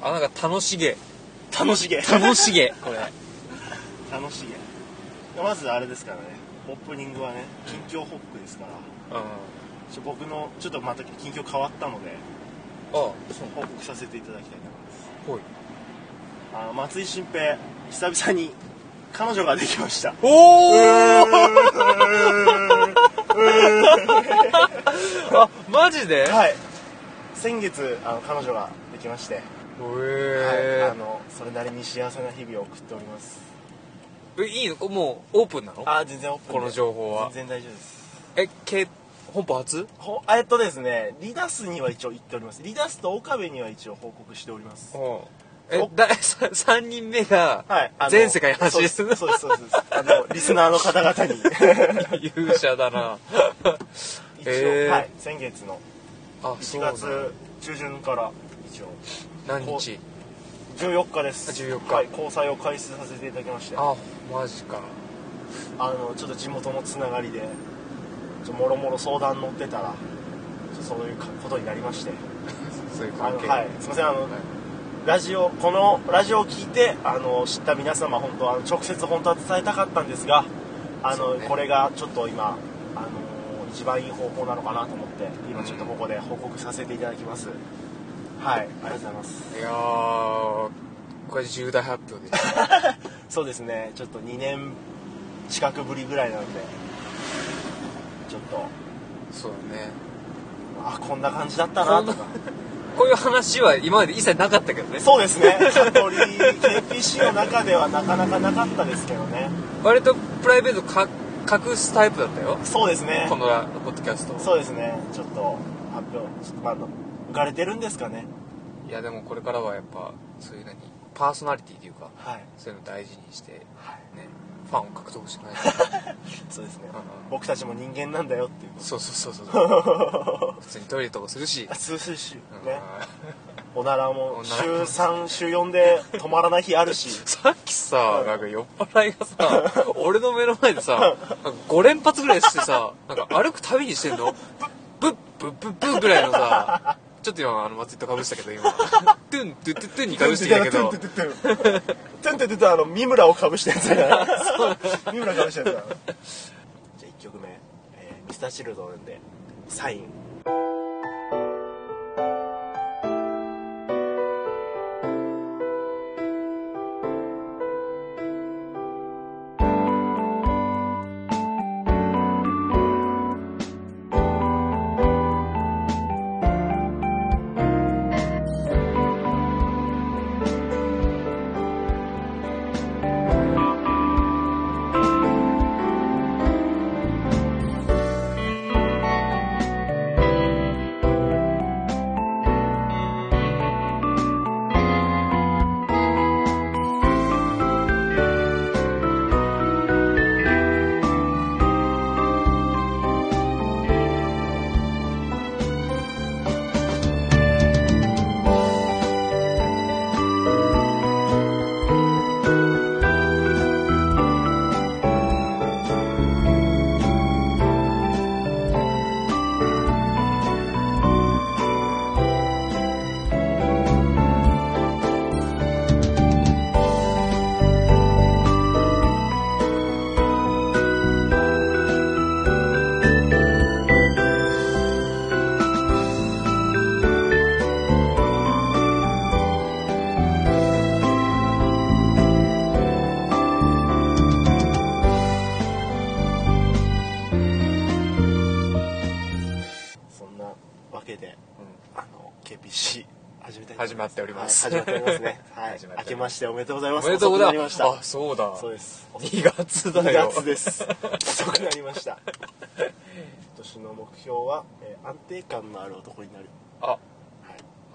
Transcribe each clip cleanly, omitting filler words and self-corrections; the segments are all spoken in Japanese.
あ、なんか楽しげ楽しげこれ楽しげ。まずあれですからね、オープニングはね、近況報告ですから、僕のちょっとまた近況変わったので、報告させていただきたいと思います。松井新平、久々に彼女ができました。 おーあ、マジで？ はい。先月彼女ができまして、はい、それなりに幸せな日々を送っております。 いいの？もうオープンなの？ 全然オープンで。 この情報は全然大丈夫です。 本邦初？ ですね、リダスには一応言っております。リダスと岡部には一応報告しております。 3人目が全世界発信する。 そうですリスナーの方々に勇者だな一応、はい、先月の1月中旬から一応何日 ？14日です。 14日、 はい、交際を開始させていただきまして、 あ、マジか。 ちょっと地元のつながりでもろもろ相談乗ってたらそういうことになりましてそういう関係、 はい、すいません、このラジオを聞いて知った皆様、本当直接本当は伝えたかったんですが、これがちょっと今一番いい方法なのかなと思って今ちょっとここで報告させていただきます。はい、ありがとうございます。 いやー、これ重大発表ですそうですね、ちょっと2年近くぶりぐらいなんでちょっとそうだね、 こんな感じだったなとかこういう話は今まで一切なかったけどね。 そうですね、香取 KPC の中ではなかなかなかったですけどね。 割とプライベート隠すタイプだったよ。 そうですね、 このポッドキャスト。 そうですね、ちょっと発表浮かれてるんですかね。 いやでもこれからはやっぱそういうパーソナリティというか、 はい、 そういうの大事にして、ね、 はい、 ファンを獲得してないとそうですね、僕たちも人間なんだよっていう。 そう普通にトイレとかするしね、おならも週3週4で止まらない日あるしさっきさ、なんか酔っ払いがさ俺の目の前でさなんか5連発ぐらいしてさ、なんか歩くたびにしてんのブッブッブッブッぐらいのさ、ちょっと今松井とかぶしたけど、今トゥントゥトゥトゥンにかぶしていたけどトゥントゥトゥトゥ三村をかぶしたやつだから三村かぶしたやつだ。じゃあ1曲目、Mr.Children でサイン。KPC 始まっております。 始まっておりますね。はい。明けましておめでとうございます。 おめでとうございます。 あ、 そうだ。 そうです。 2月だよ。 2月です。遅くなりました。今年の目標は、安定感のある男になる。 はい、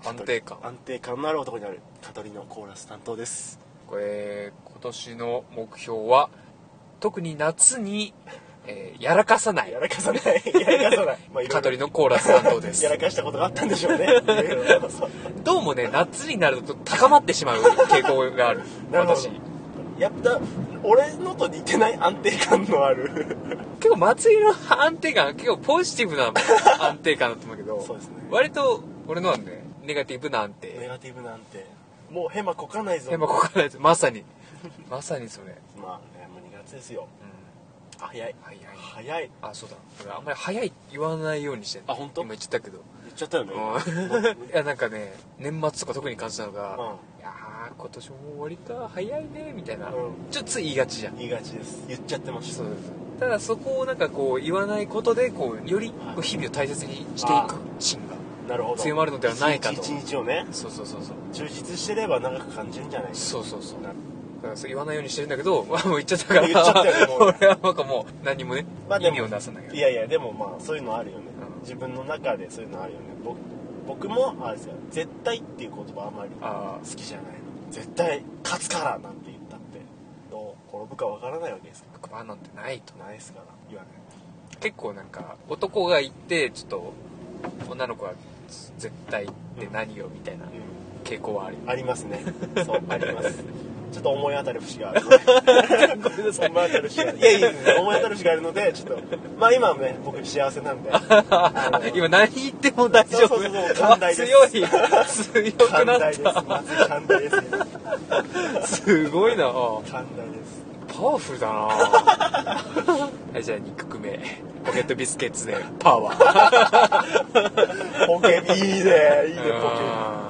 安定感のある男になる。香取のコーラス担当です。 これ今年の目標は特に夏にやらかさない。 香取のコーラス担当です。 やらかしたことがあったんでしょうね。 どうもね、夏になると高まってしまう傾向がある。私。 やった俺のと似てない安定感のある。 結構松井の安定感結構ポジティブな安定感だと思うけど、 そうですね。 割と俺のはねネガティブな安定。 ネガティブな安定。 もうヘマこかないぞ。 ヘマこかないですまさにまさにそれ。 まあね、もう2月ですよ。 うん、 早い。 早い。 早い。 あ、そうだ。俺あんまり早い言わないようにしてる。 あ、本当？ 今言っちゃったけど。 言っちゃったよね。 いや、なんかね、年末とか特に感じたのが、 うん、 いやー、今年も終わりか、早いね、みたいな。 うん、 ちょっとつい言いがちじゃん。 言いがちです。言っちゃってました。 そうです。ただそこをなんかこう言わないことで、こう、よりこう日々を大切にしていく心が。 なるほど。 強まるのではないかと。 一日をね。 そうそうそうそう。 充実してれば長く感じるんじゃないか。 そうそうそう。だからそう言わないようにしてるんだけど、まあもう言っちゃったから。 言っちゃったよね。 俺はなんかもう何もね、 まあ、 意味を出さないけど。 いやいや、でもまあそういうのあるよね。 うん、 自分の中でそういうのあるよね。僕もあれですよ。絶対っていう言葉あまり好きじゃないの。絶対勝つからなんて言ったってどう転ぶかわからないわけですから。 バーなんてないと。 ないですから言わない。 結構なんか男が言ってちょっと女の子は絶対って何よみたいな傾向はあります。 ありますね。そうあります。ちょっと思い当たる節があるのでごめんなさい。 思い当たる節がいやいや思い当たる節があるのでちょっとまあ今はね僕幸せなんで今何言っても大丈夫。 そう寛大です。 強い強くなっ寛大です。 た。 まず寛大ですよ。 すごいな。 寛大です。 パワフルだな。はい、じゃあ2曲目ポケットビスケッツでパワー。 ポケいいねいいねポケ。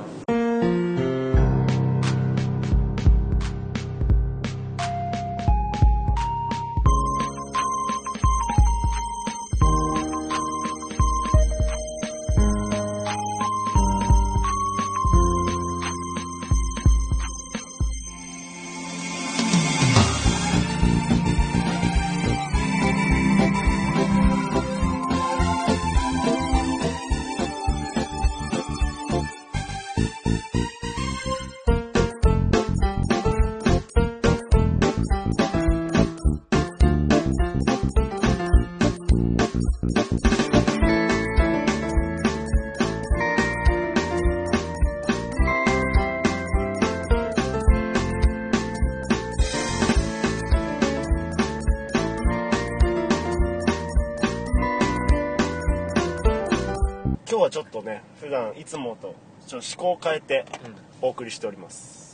今日はちょっとね普段いつもとちょっと思考を変えてお送りしております、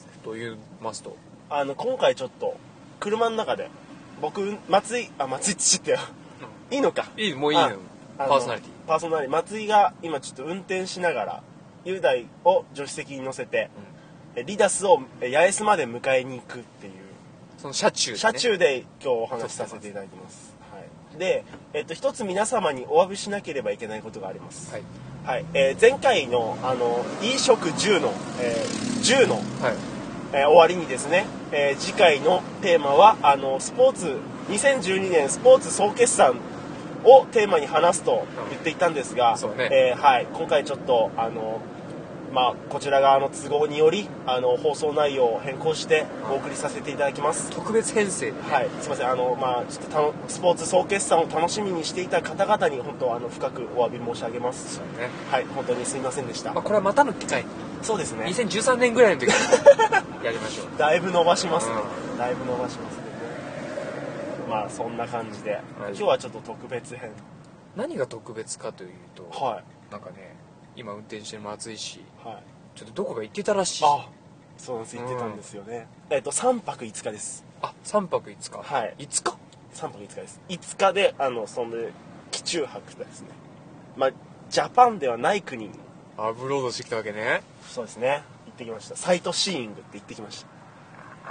と言いますと今回ちょっと車の中で僕松井って言ってよ、いいのかいいもういいのパーソナリティ松井が今ちょっと運転しながら雄大を助手席に乗せて、リダスを八重洲まで迎えに行くっていうその車中で今日お話しさせていただきます。はい、で、一つ皆様にお詫びしなければいけないことがあります。はいはい、前回の飲食10の、10の、はい終わりにですね、次回のテーマはスポーツ2012年スポーツ総決算をテーマに話すと言っていたんですが、はい、今回ちょっとこちら側の都合により放送内容を変更してお送りさせていただきます。 特別編成、 はい、すいませんちょっとスポーツ総決算を楽しみにしていた方々に本当深くお詫び申し上げます。そうね、はい本当にすいませんでした。 これはまたの機会にそうですね 2013年ぐらいの時にやりましょう。 だいぶ伸ばしますね、だいぶ伸ばしますね。まあそんな感じで、今日はちょっと特別編。 何が特別かというと、はい、なんかね今運転してる松井氏、はい、ちょっとどこか行ってたらしい。 あ、そうなんです、行ってたんですよね。3泊5日です。 あ、3泊5日。 はい。 5日 ？3泊5日です。5日でその機中泊ですね。ジャパンではない国にアブロードしてきたわけね。 そうですね。行ってきました。サイトシーイングって行ってきました。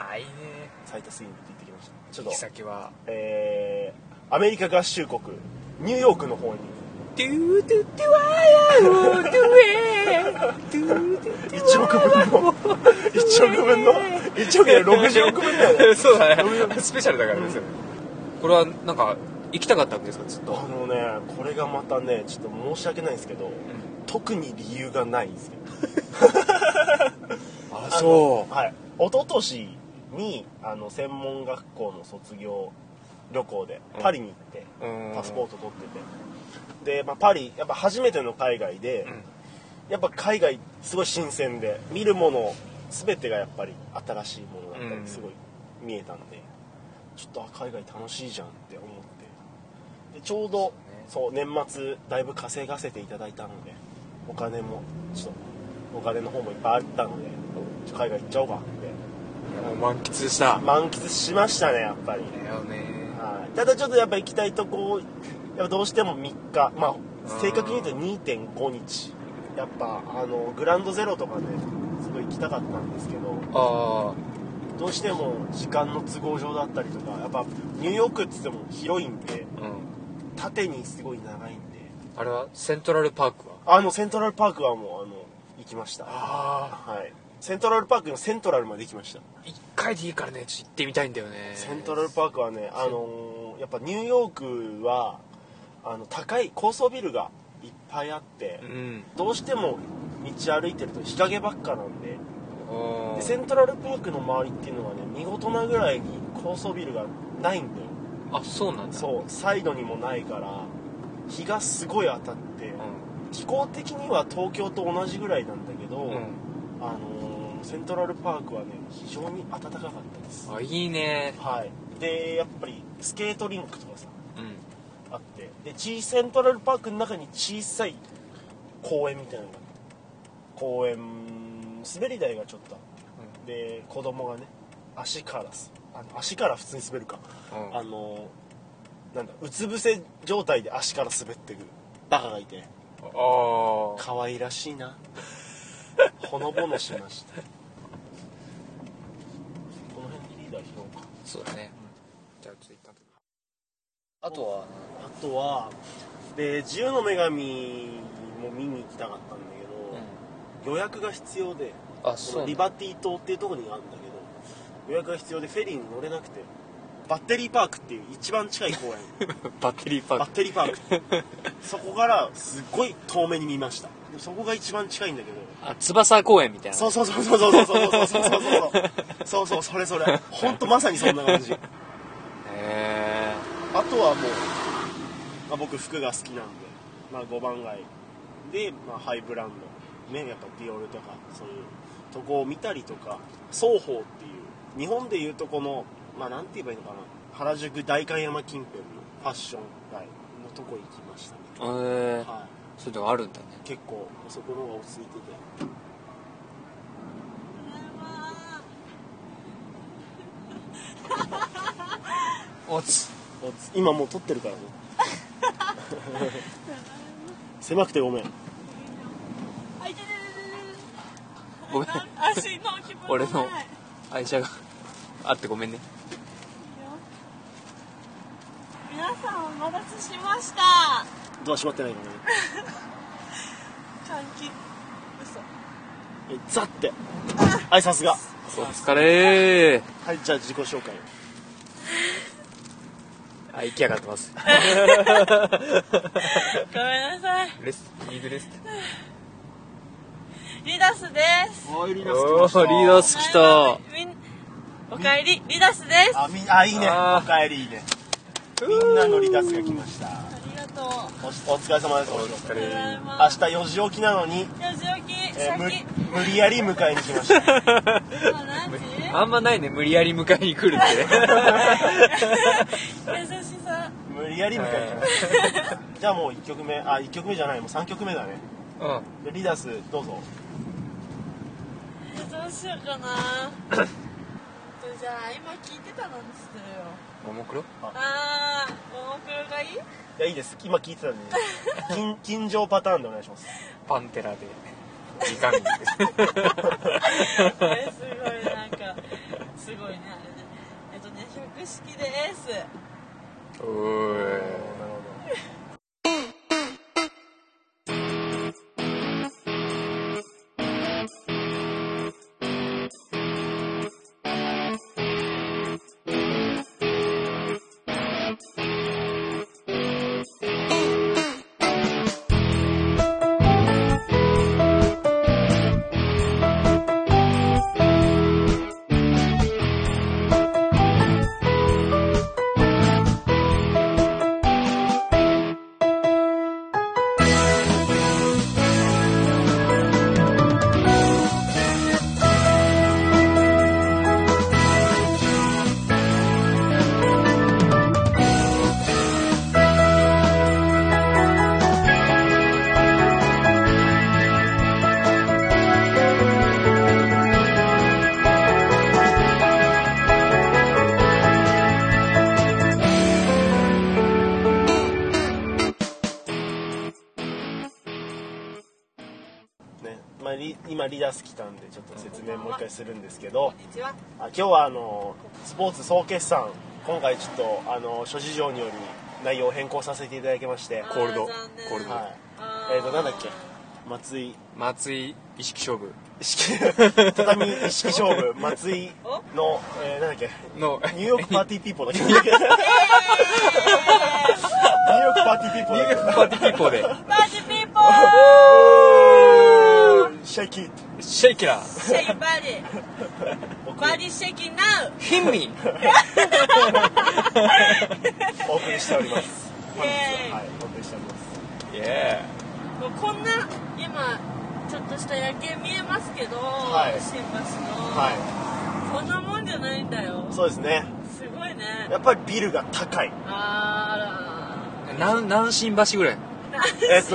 あ、いいね。 サイトシーイングって行ってきました。ちょっと行き先はアメリカ合衆国ニューヨークの方に。 トゥートゥトゥワーヤートゥエートゥートゥトゥ 1億分の1億で60億分だよね。 そうだね。スペシャルだからですよね。これはなんか行きたかったわけですかずっと。 これがまたねちょっと申し訳ないんですけど、特に理由がないんですよ。 あ、そう。 はい。一昨年に専門学校の卒業旅行でパリに行ってパスポート取ってて、で、パリやっぱ初めての海外で、やっぱ海外すごい新鮮で見るもの全てがやっぱり新しいものだったりすごい見えたんで、ちょっと海外楽しいじゃんって思って、でちょうどそう年末だいぶ稼がせていただいたのでお金もちょっとお金の方もいっぱいあったので海外行っちゃおうかってもう満喫した満喫しましたねやっぱり。 だよね。 はい、ただちょっとやっぱ行きたいとこやっぱどうしても3日まあ正確に言うと 2.5 日やっぱグランドゼロとかねすごい行きたかったんですけど、 あどうしても時間の都合上だったりとかやっぱニューヨークっつっても広いんであ、うん。 縦にすごい長いんであれはセントラルパークはセントラルパークはもう行きました。 ああ、 はいセントラルパークのセントラルまで行きました。 一回でいいからね、ちょっと行ってみたいんだよね。 セントラルパークはねやっぱニューヨークは高い高層ビルがいっぱいあって、 うん。 どうしても道歩いてると日陰ばっかなんで、 あでセントラルパークの周りっていうのはね見事なぐらいに高層ビルがないんだよ。 あ、そうなんだ。 そうサイドにもないから日がすごい当たって、気候的には東京と同じぐらいなんだけど、 うん。 セントラルパークはね非常に暖かかったです。 あ、いいね。 はいでやっぱりスケートリンクとかさうん。 あってでセントラルパークの中に小さい公園みたいなのがあって公園滑り台がちょっとあってで子供がね足から普通に滑るか、 うん。 なんだうつ伏せ状態で足から滑ってくるバカがいてああ。 可愛らしいなほのぼのしました。この辺にリーダー拾おうか。 そうだね。じゃあちょっと一旦。あとは、 あとはで自由の女神も見に行きたかったんだけど、予約が必要であ、 こそう。 のリバティ島っていうところにあるんだけど予約が必要でフェリーに乗れなくてバッテリーパークっていう一番近い公園バッテリーパーク。 バッテリーパークそこからすっごい遠目に見ました。でそこが一番近いんだけどあ、翼公園みたいな。 そうそれほんとまさにそんな感じ。 へえ。 あとはもう、僕服が好きなんで、5番街で、ハイブランドねやっぱディオールとかそういうとこを見たりとか双方っていう日本でいうとこのなんて言えばいいのかな原宿代官山近辺のファッション街のとこ行きましたね。 へえ。 はいそういうのがあるんだね。 結構そこの方が落ち着いてて今もう撮ってるからね狭くてごめんごめん。俺の愛車があってごめんね。 皆さんお待たせしました。 ドア閉まってないかな換気嘘ザってはいさすがお疲れー。 はいじゃあ自己紹介あ、行きやがってます。 ごめんなさい。 リードレス。 リダスです。 おいリおー、リーダース来た。 おかえり、リダスです。 いいねおかえりいいねみんなのリダスが来ました。 ありがとう。 お疲れ様です。 お疲れー。 明日4時起きなのに、 4時起き、 無理やり迎えに来ました今何時？ あんまないね、無理やり迎えに来るって。 優しさ。 無理やり迎えに来ましたじゃあもう1曲目1曲目じゃないもう3曲目だね。 うん。 でリダスどうぞ。 どうしようかなじゃあ今聞いてたのにするよ。 ももクロ？ ももクロがいい？ いやいいです今聞いてたんで近所パターンでお願いします。 パンテラで時間です。 すごいなんかすごいねあれね百式でエース。 おーい。 なるほど。 まあ、今リダース来たんでちょっと説明もう一回するんですけど、 こんにちは。 今日はスポーツ総決算今回ちょっと諸事情により内容を変更させていただきまして、 コールド残念コールドはいなんだっけ、松井意識勝負畳一式勝負松井の、なんだっけのニューヨークパーティーピーポーだっけニューヨークパーティーピーポーニューヨークパーティーピーポーでマジピーポーシェイキーシェイキラーシェイバディバディシェイキンナウヒンミお送りしておりますイエーイはいお送りしておりますイエもうこんな今ちょっとした夜景見えますけど、 はい新橋の、 はこんなもんじゃないんだよ。 いそうですねすごいね。 やっぱりビルが高いあー何新橋ぐらいら新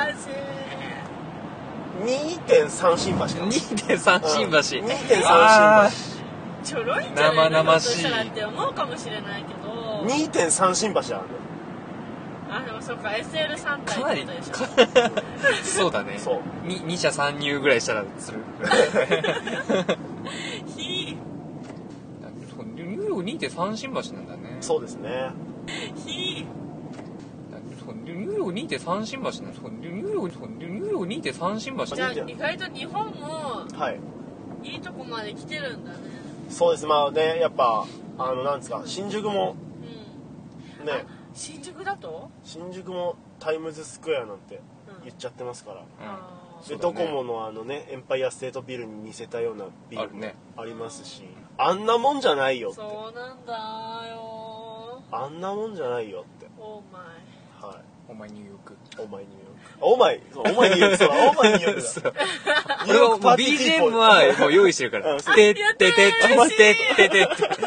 2.3新橋かな 2.3新橋、 2.3 あ新ちょろいんじゃない生々しいひょっとしたらって思うかもしれないけど、 橋2.3新橋だねあでもそうか SL3 かなり体ってことでしょ。 そうだねそう 2社参入ぐらいしたらするひニューヨーク 2.3 新橋なんだねそうですねひニューヨーク 2.3 新橋なんですニューヨーク 2.3 新橋じゃあ意外と日本もはいいいとこまで来てるんだね。 そうですまあねやっぱなんですか新宿もうん。 ね新宿だと？ 新宿もタイムズスクエアなんて言っちゃってますから、 あでそうだねドコモのエンパイアステートビルに似せたようなビルもあるねありますし、あんなもんじゃないよってそうなんだよ。 あんなもんじゃないよってオーマイ。 はいお前ニューヨークオーマイニューヨークオーマイそうオーマイニューヨークそうオーマイニューヨークそうだニュー俺はもうヨークパーティーピーポ BGM ーはもう用意してるからうんそうてっててってってってって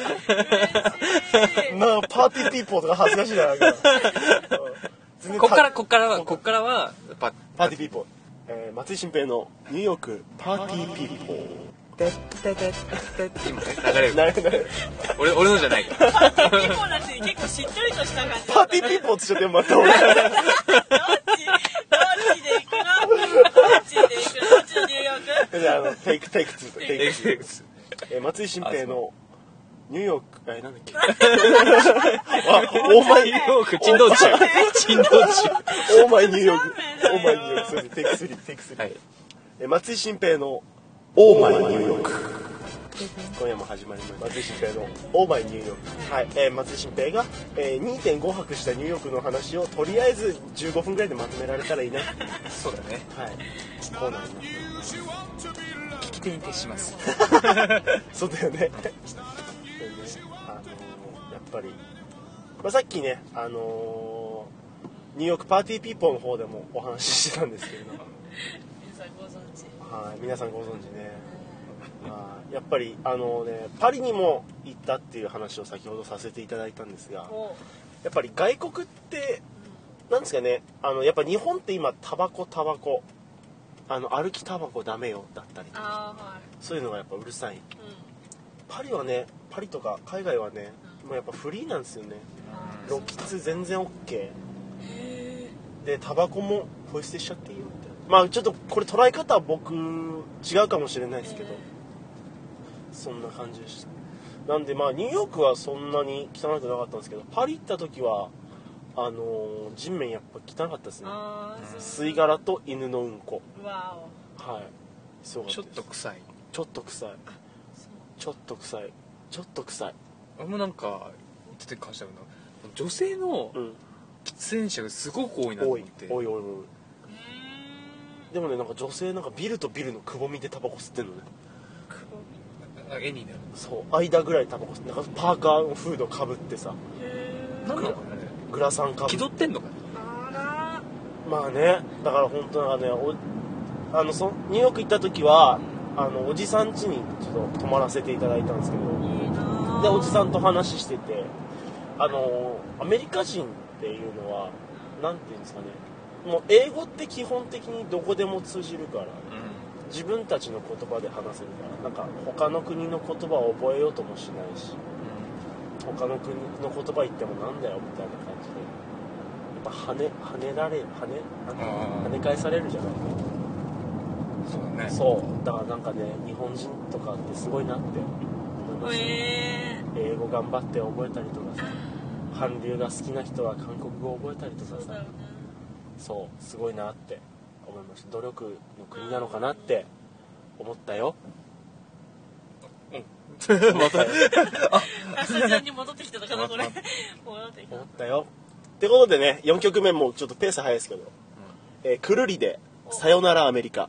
嬉しい。 なんかパーティーピーポーとか恥ずかしいななんかうんこっからはパパーティーピーポー、松井新平のニューヨークパーティーピーポーてっててってって今ね流れるなるほど俺のじゃないからパーティーピーポーなんて結構しっとりとした感じ。 パーティーピーポーってちょっとまた俺どっちで行くの？どっちで行くの？どっちのニューヨーク？ じゃあテイク2テイク2 X 松井新平のニューヨークなんだっけオーマイニューヨーク珍道中オーマイニューヨークオーマイニューヨークそれでテイク3 はい松井新平のオーマイニューヨーク今夜も始まりました松井新平のオーマイニューヨークはい、松井新平が、2.5 泊したニューヨークの話をとりあえず15分ぐらいでまとめられたらいいなはいそうだねコーナーになってます聞き手に徹しますそうだよね。やっぱり、さっきね、ニューヨークパーティーピーポーの方でもお話ししてたんですけれども、 皆さんご存知。 はい、皆さんご存知ね。やっぱりパリにも行ったっていう話を先ほどさせていただいたんですが、 おやっぱり外国ってなんですかね、やっぱ日本って今タバコ歩きタバコダメよだったりとか、 あーはい。 そういうのがやっぱうるさい。 うパリはね、パリとか海外はね、もうやっぱフリーなんですよね。露喫全然 OK で、タバコもポイ捨てしちゃっていいよみたいな。まあちょっとこれ捉え方は僕違うかもしれないですけど、そんな感じでした。なんでまあニューヨークはそんなに汚くなかったんですけど、パリ行った時は地面やっぱ汚かったですね。 あー吸い殻と犬のうんこ。 わはい。すごかったちょっですと臭いちょっと臭い。ちょっと臭い。ちょっと臭い。 俺もなんか言ってて感じたけど女性のうん。 喫煙者がすごく多いなと多い思って多い多い多い。 お。 でもねなんか女性なんかビルとビルのくぼみでタバコ吸ってんのね。 絵になるそう間ぐらいタバコ吸ってなんかパーカーのフードかぶってさなんなのかねグラサンかぶ気って取ってんのかねあらまあねだから本当なんかねニューヨーク行った時はおじさん家にちょっと泊まらせていただいたんですけどいいなでおじさんと話しててアメリカ人っていうのはなんていうんですかねもう英語って基本的にどこでも通じるから自分たちの言葉で話せるからなんか他の国の言葉を覚えようともしないし他の国の言葉言ってもなんだよみたいな感じでやっぱ跳ね返されるじゃないそうだね。 そうだからなんかね、日本人とかってすごいなって思いますね。英語頑張って覚えたりとかさ、韓流が好きな人は韓国語覚えたりとかさ、そうすごいなって思いました。努力の国なのかなって思ったよ。 またスタジオに戻ってきてたかなこれ。戻ってきた。 思ったよ。ってことでね、4曲目もちょっとペース早いですけど、くるりでさよならアメリカ。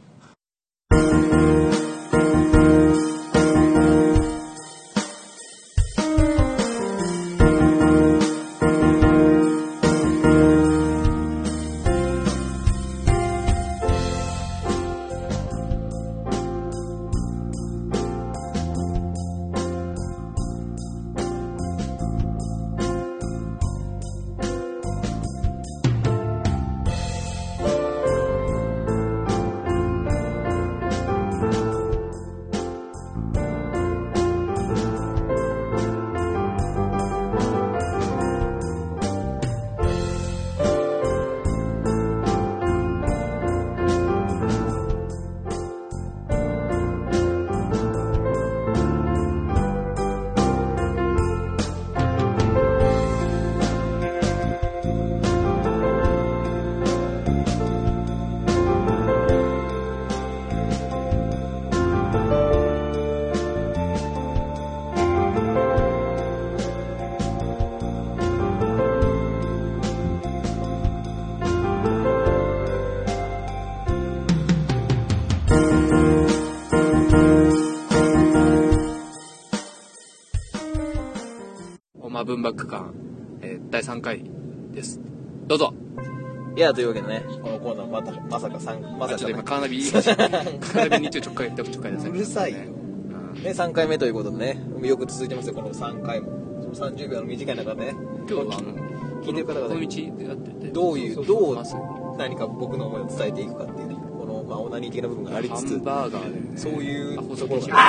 文バック館、第3回です。どうぞ。 いや、というわけでね、このコーナーまさかちょっと今カーナビ日曜直回でうるさいよ、ね、3回目ということでね、よく続いてますよ、この3回も。30秒の短い中でね、 今日聞いてる方々 この道でやってて、 どう何か僕の思いを伝えていくかっていうね、この、オナニー的な部分がありつつ、 ハンバーガーで、ね、 そういうところが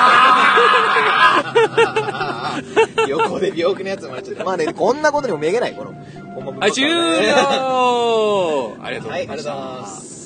横で病気のやつもらっちゃって、まあね、こんなことにもめげない、このはい、終了ありがとうございました。 はい、ありがとうございます。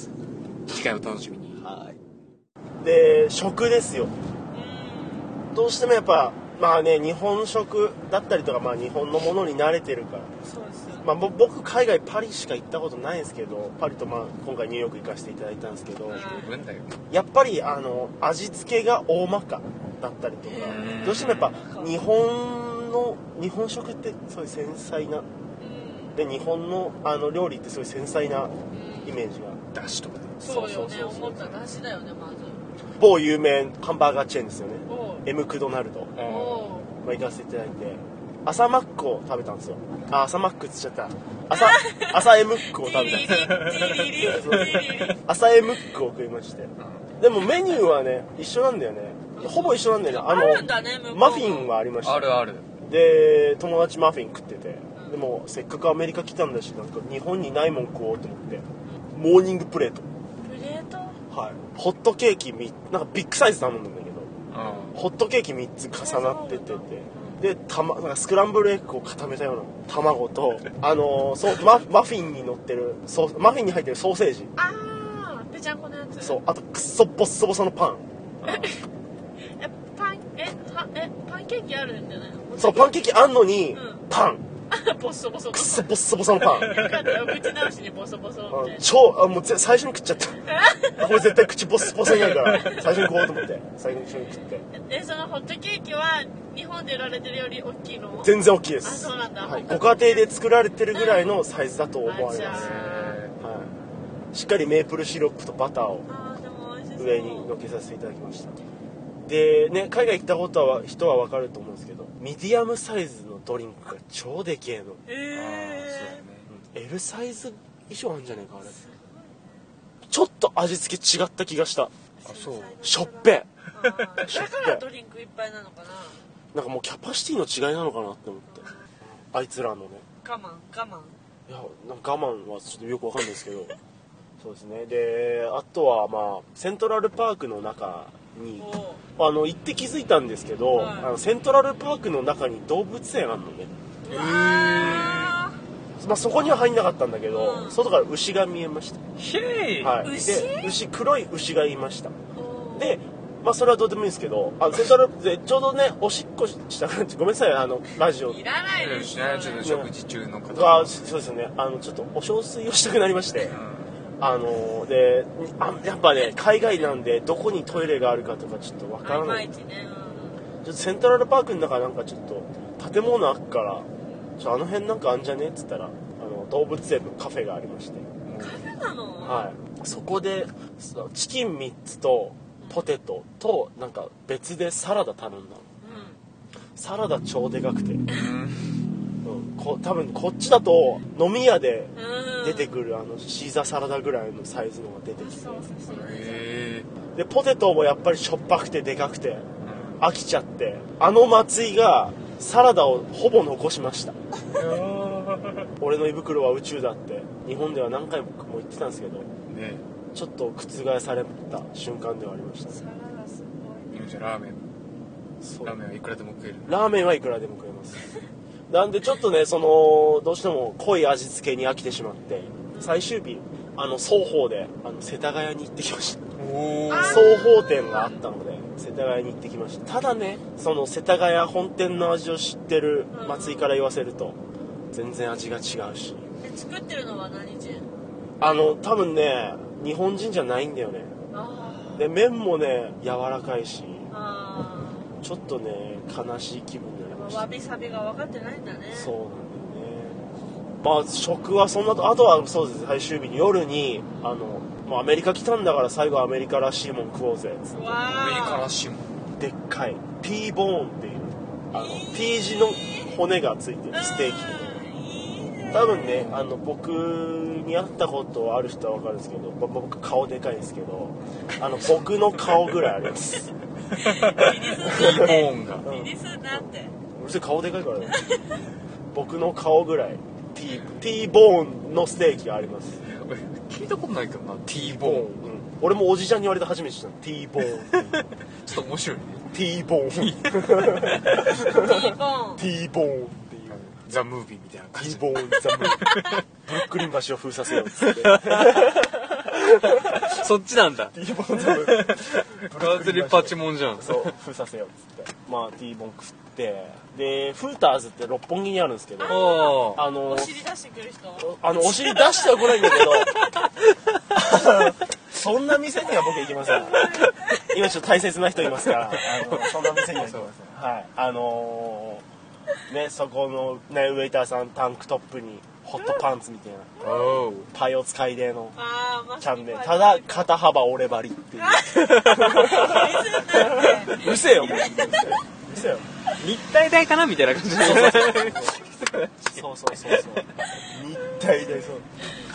次回を楽しみに。 はい。 で、食ですよ。どうしてもやっぱまあね、日本食だったりとか、日本のものに慣れてるから。 そうですよね。 僕海外パリしか行ったことないんですけど、パリと今回ニューヨーク行かせていただいたんですけど、やっぱり味付けが大まかだったりとか、どうしてもやっぱ日本食ってすごい繊細な、で日本の料理ってすごい繊細なイメージが。 だしとかね。 そうよね、思っただしだよね、まず。 某有名ハンバーガーチェーンですよね。M クドナルド。行かせていただいて、朝マックを食べたんですよ。朝マックって言っちゃった。朝 M ックを食べたんですよ。朝 M ックを食いまして。でもメニューはね、一緒なんだよね。ほぼ一緒なんだよね。 あるんだね、 マフィンはありました。 あるある。 で、友達マフィン食ってて、でもせっかくアメリカ来たんだし、なんか日本にないもん食おうと思って、モーニングプレート。 プレート？ はい。ホットケーキなんかビッグサイズ頼んだんだけど、ホットケーキ3つ重なってて、でなんかスクランブルエッグを固めたような卵とマフィンに乗ってるマフィンに入ってるソーセージ、 ぺちゃんこのやつ。 そう、あとくっそボッソボソのパン。 パンケーキあるんじゃないの？ そう、パンケーキあんのに、パンボッソボソくっそボッソボソのパン。 よかったよ、口直しにボソボソって。 もう最初に食っちゃったこれ絶対口ボッソボソになるから最初に食おうと思って最初に食って。 そのホットケーキは日本で売られてるより大きいの？ 全然大きいです。 そうなんだ。 はい、ご家庭で作られてるぐらいのサイズだと思われます。はい、しっかりメープルシロップとバターを上にのけさせていただきました。でね、海外行ったことは人は分かると思うんですけど、ミディアムサイズのドリンクが超でけえの。L サイズ以上あるんじゃねえかあれ。ちょっと味付け違った気がした。しょっぺだからドリンクいっぱいなのかな。 なんかもうキャパシティの違いなのかなって思って、あいつらのね。 我慢いや、なんか我慢はちょっとよくわかんないですけどそうですね。で、あとはセントラルパークの中に行って気づいたんですけど、セントラルパークの中に動物園あるのね。 まあ、そこには入んなかったんだけど、外から牛が見えました。はい、で黒い牛がいました。でまあそれはどうでもいいんですけど、セントラルでちょうどねおしっこしたくなっちゃう、ごめんなさいラジオいらないですよ。 ちょっと食事中の方がそうですよね、ちょっとお小水をしたくなりまして、でやっぱね海外なんでどこにトイレがあるかとかちょっとわからない。 いまいちね、 ちょっとセントラルパークの中なんかちょっと建物あっからあの辺なんかあんじゃねっつったら動物園のカフェがありまして、 カフェなの？ はい、そこでチキン3つとポテトとなんか別でサラダ頼んだの。サラダ超でかくて、多分こっちだと飲み屋で出てくるシーザーサラダぐらいのサイズのが出てきて、でポテトもやっぱりしょっぱくてでかくて飽きちゃって、松井がサラダをほぼ残しました。俺の胃袋は宇宙だって日本では何回も言ってたんですけど、ね、ちょっと覆された瞬間ではありました。 サラダすごい。 今じゃラーメンはいくらでも食える。 ラーメンはいくらでも食えます。なんでちょっとねどうしても濃い味付けに飽きてしまって、最終日双方で世田谷に行ってきました。双方店があったので世田谷に行ってきました。ただねその世田谷本店の味を知ってる松井から言わせると全然味が違うし、 作ってるのは何人？ 多分ね日本人じゃないんだよね。で麺もね柔らかいし、ちょっとね悲しい気分になりました。 わびさびが分かってないんだね。 そうなんだよね。まあ食はそんなと、あとはそうです最終日に夜にもうアメリカ来たんだから最後アメリカらしいもん食おうぜっつって、 アメリカらしいもんでっかい T ボーンっていうT 字の骨がついてるステーキで、多分ね僕に会ったことある人は分かるんですけど、僕顔でかいですけど僕の顔ぐらいあります。 T ボーンが気にすんなって。 うるせえ顔でかいからね。僕の顔ぐらい T ボーンのステーキがあります。 聞いたことないけどな T ボーン、 俺もおじちゃんに言われて初めて知ったの T ボーン。 ちょっと面白いね。 T ボーン T ボーン T ボーンっていうザ・ムービーみたいな感じ。 T ボーンザムーブルックリン橋を封鎖せよっつってそっちなんだ。 T ボーンザムーブガーゼリパチモンじゃん。 そう封鎖せよっつってまあ T ボーン食って、でフーターズって六本木にあるんですけど、 お尻出してくる人、 お尻出しては来ないんだけどそんな店には僕行きません。今ちょっと大切な人いますからそんな店には行きません。はいね、そこの、ね、ウェイターさんタンクトップにホットパンツみたいなパイオ使いでのチャンネル、ただ肩幅折れ張りっていううせよもううせよ日体大かなみたいな感じで。 そう日体大そう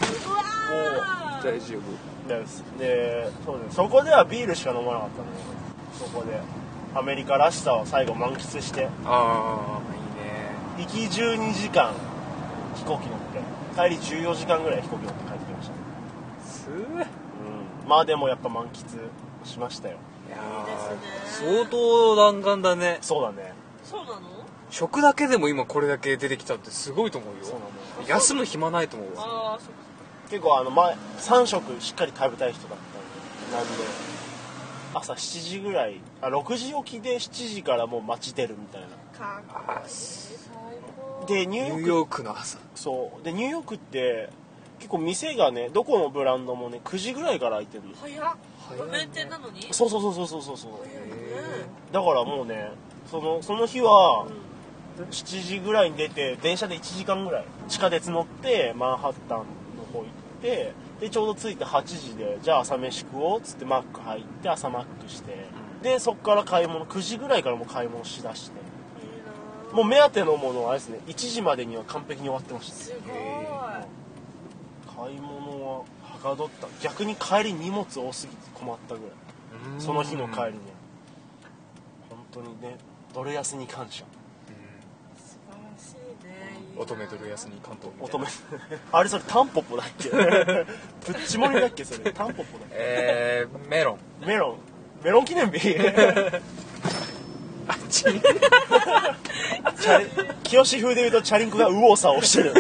大丈夫でそうです。そこではビールしか飲まなかったので、そこでアメリカらしさを最後満喫して、いいね。行き12時間飛行機乗って帰り14時間ぐらい飛行機乗って帰ってきました。まあでもやっぱ満喫しましたよ。 いや相当弾丸だね。 そうだね。 そうなの？ 食だけでも今これだけ出てきたってすごいと思うよ。 そうなの。 休む暇ないと思うわ。 結構3食しっかり食べたい人だったんで、朝7時ぐらい6時起きで7時からもう街出るみたいな。 かっこいい、最高。 でニューヨークの朝。 そうでニューヨークって結構店がねどこのブランドもね9時ぐらいから開いてるの。 早っ。路面店なのに？ そうだからもうねその日は7時ぐらいに出て電車で1時間ぐらい地下鉄乗ってマンハッタンの方行ってでちょうど着いて8時でじゃあ朝飯食おうっつってマック入って朝マックしてでそっから買い物9時ぐらいからもう買い物しだしてもう目当てのものはあれですね1時までには完璧に終わってました。 すごい。 買い物ははかどった。逆に帰り荷物多すぎて困ったぐらい。その日の帰りね本当にねドル安に感謝。 素晴らしいね。 乙女ドル安に関東乙女あれそれタンポポだっけプッチモリだっけそれタンポポだっけメロン記念日あ違チン清風で言うとチャリンコが右往左往してる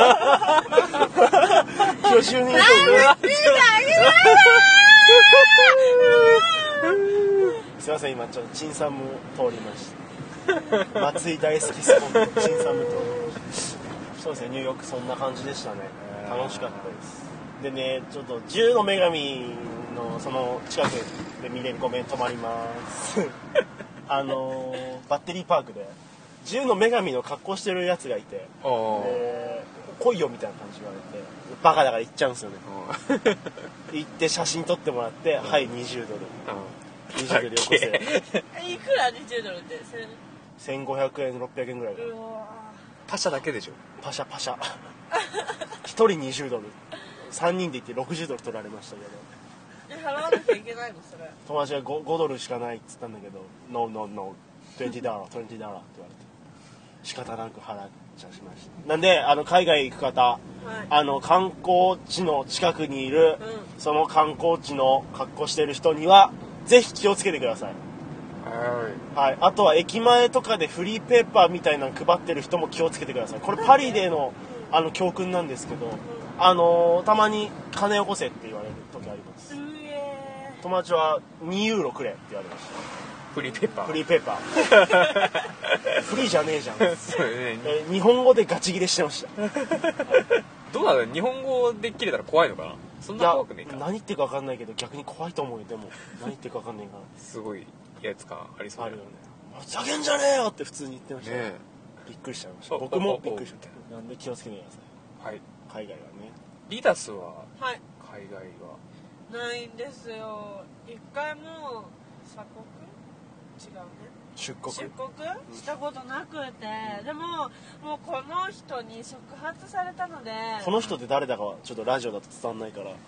清風に言うとすいません今ちょっとチンサム通りました松井大好きスポットチンサム通りましたそうですねニューヨークそんな感じでしたね楽しかったですでねちょっと銃の女神のその近くで見れるごめん止まりますバッテリーパークで銃の女神の格好してるやつがいて来いよみたいな感じ言われてバカだから行っちゃうんですよね行って写真撮ってもらってはい20ドル20ドルよこせいくら20ドルって 1500円600円ぐらいうわパシャだけでしょパシャパシャ1人20ドル3人で行って60ドル取られましたけど払わなきゃいけないのそれ友達が 5ドルしかないっつったんだけど No No No $20 って言われて仕方なく払っちゃしましたなんで海外行く方、観光地の近くにいる、その観光地の格好してる人にはぜひ気をつけてくださいはい、あとは駅前とかでフリーペーパーみたいなの配ってる人も気をつけてくださいこれパリでの教訓なんですけどたまに金よこせって言われる時あります友達は2ユーロくれって言われましたフリーペーパーフリーペーパーフリーじゃねえじゃん日本語でガチ切れしてましたどうなの日本語で切れたら怖いのかなそんな怖くねえか何言ってるか分かんないけど逆に怖いと思うよでも何言ってるか分かんないからすごいやつかありそうあるよねふざけんじゃねえよって普通に言ってましたねびっくりしちゃいました僕もびっくりしちゃったなんで気をつけてください海外はねリダスははい海外はないんですよ一回も鎖国違うね出国したことなくてでももうこの人に触発されたのでこの人って誰だかはちょっとラジオだと伝わんないからはい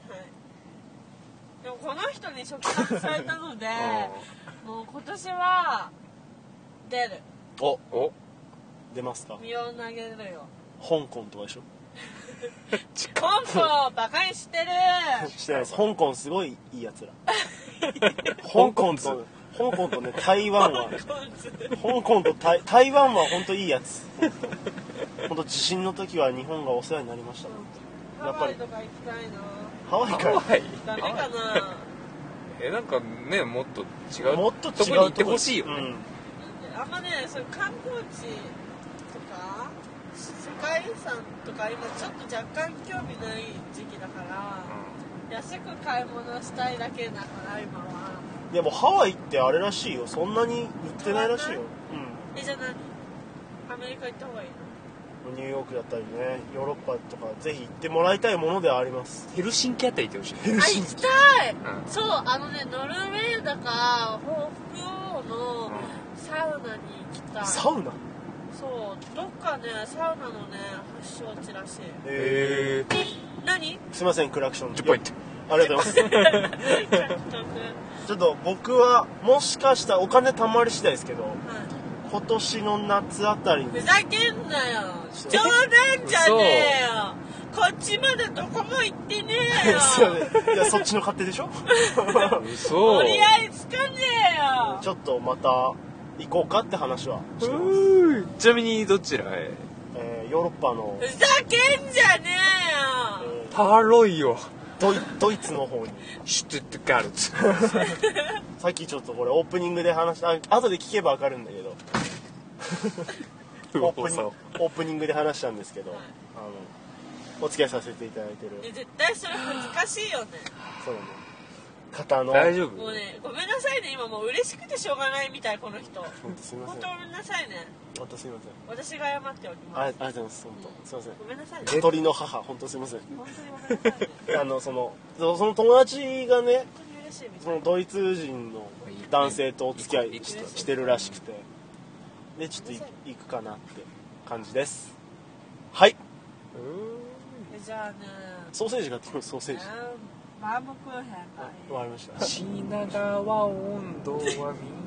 でもこの人に触発されたのでもう今年は出るお出ますか身を投げるよ香港とかでしょ香港バカにしてるしてないです香港すごいいいやつら香港とね台湾は香港と台湾は本当いいやつ本当地震の時は日本がお世話になりましたハワイとか行きたいなハワイかダメかななんかねもっと違うもっと違うとこに行ってほしいよね、 あんまねそういう観光地とか世界遺産とか今ちょっと若干興味ない時期だから、安く買い物したいだけだから今はでもハワイってあれらしいよそんなに売ってないらしいよじゃあアメリカ行った方がいいのニューヨークだったりねヨーロッパとかぜひ行ってもらいたいものではありますヘルシンキあたり行ってほしい行きたい、そうノルウェーだか北欧のサウナに行きたいサウナそうどっかねサウナのね発祥地らしい何すいませんクラクション 10ポイントありがとうございますちょっと僕はもしかしたらお金貯まり次第ですけど、今年の夏あたりにふざけんなよ冗談じゃねえよこっちまでどこも行ってねえよいやそっちの勝手でしょ嘘折り合いつかねえよちょっとまた行こうかって話はしてますちなみにどちらへヨーロッパのふざけんじゃねえよタロイよドイツの方にシュトゥットガルツさっきちょっとこれオープニングで話した後で聞けば分かるんだけどオープニングで話したんですけど、お付き合いさせていただいてる絶対それ恥ずかしいよねそうだね方の大丈夫もうねごめんなさいね今もう嬉しくてしょうがないみたいこの人本当すみません本当ごめんなさいね本当すみません私が謝っておきますありがとうございます本当すみませんごめんなさいね小鳥の母本当すみません本当にごめんなさいねその友達がね本当に嬉しいみたいそのドイツ人の男性とお付き合いしてるらしくてでちょっと行くかなって感じですはいじゃあねソーセージ買ってきますソーセージバームクーヘンわかりました品川温度はみんなの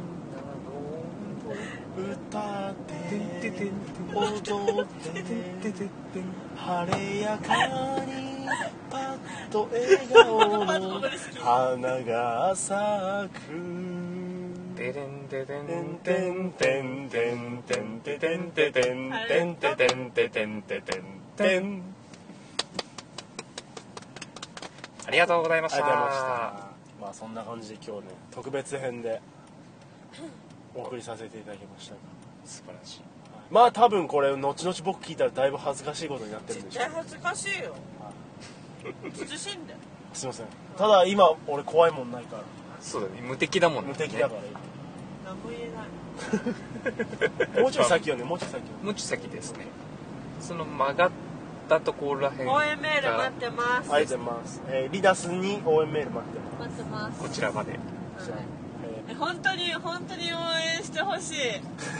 歌って踊って晴れやかにパッと笑顔の花が咲くデレンデデンてんデてんてんてんてんてんてんてんてんてんてんてんてんてんてんてん。 ありがとうございました。 ありがとうございました。まあそんな感じで今日ね特別編でお送りさせていただきましたが、 素晴らしい。 まあ多分これ後々僕聞いたらだいぶ恥ずかしいことになってるんでしょう。 絶対恥ずかしいよ慎んですいません。ただ今俺怖いもんないから、 そうだね、無敵だもんね。 無敵だから何も言えない今。もうちょい先よね、もうちょい先よ。 もうちょい先ですね。その曲がったところらへん応援メール待ってますありがとうございます。リダスに応援メール待ってます。 待ってますこちらまで。 本当に応援してほしい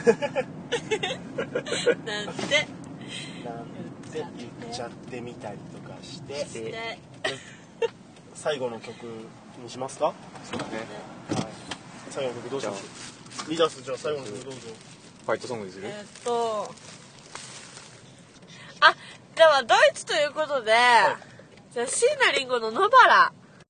なんてなんて言っちゃってみたりとかしてして最後の曲にしますか。 そうだね。 はい、最後の曲どうしましょう。リダスじゃあ最後の曲どうぞ。 ファイトソングにする？ ではドイツということで、じゃあ椎名林檎の野原。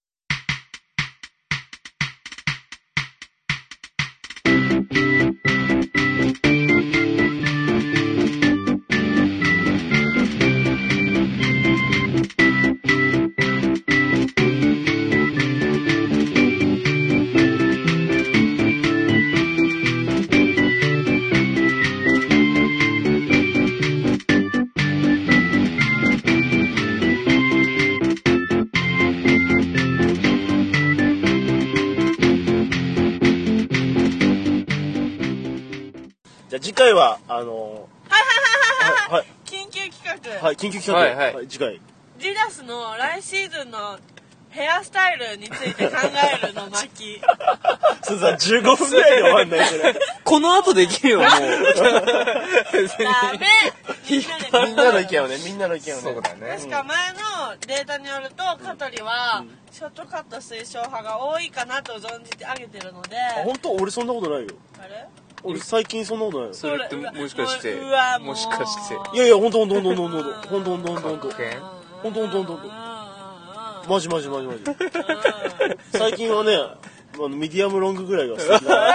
じゃあ次回ははい緊急企画、 はい緊急企画はいはい次回リダスの来シーズンのヘアスタイルについて考えるの巻そうさ15分ぐらいで終わんないそれ。 この後できるよ、もう。 ダメみんなの意見をね、みんなの意見をね。 そうだね。 確か前のデータによると香取はショートカット推奨派が多いかなと存じてあげてるので、 あ本当俺そんなことないよ。 あれ俺最近そんなことないよ。 それってもしかして、 うわもうもしかして、 いやいや本当本当本当本当本当本当本当確本変当本当本当本当マジマジマジマジ。 うん最近はねミディアムロングぐらいが好きだ。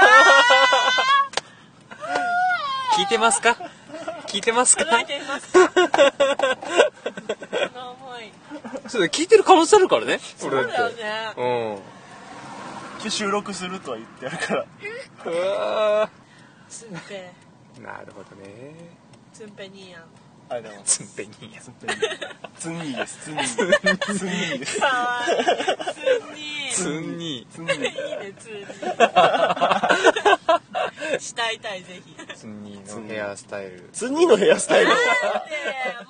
聞いてますか？聞いてますか？ 届いていますか？この思い。 そうだ、聞いてる可能性あるからね。 そうだよね。 今日収録するとは言ってあるから。 うわつんぺーなるほどね。 つんぺにやん。 ありがとうございます。 つんぺにや。 ツンニーです。ツンニー。ツンニーです。 かわいい。つんに。 つんに。 ツンニー。 いいねつんに。したいたいぜひ。 つんにのヘアスタイル。 ツンニーのヘアスタイル。 なんでよ。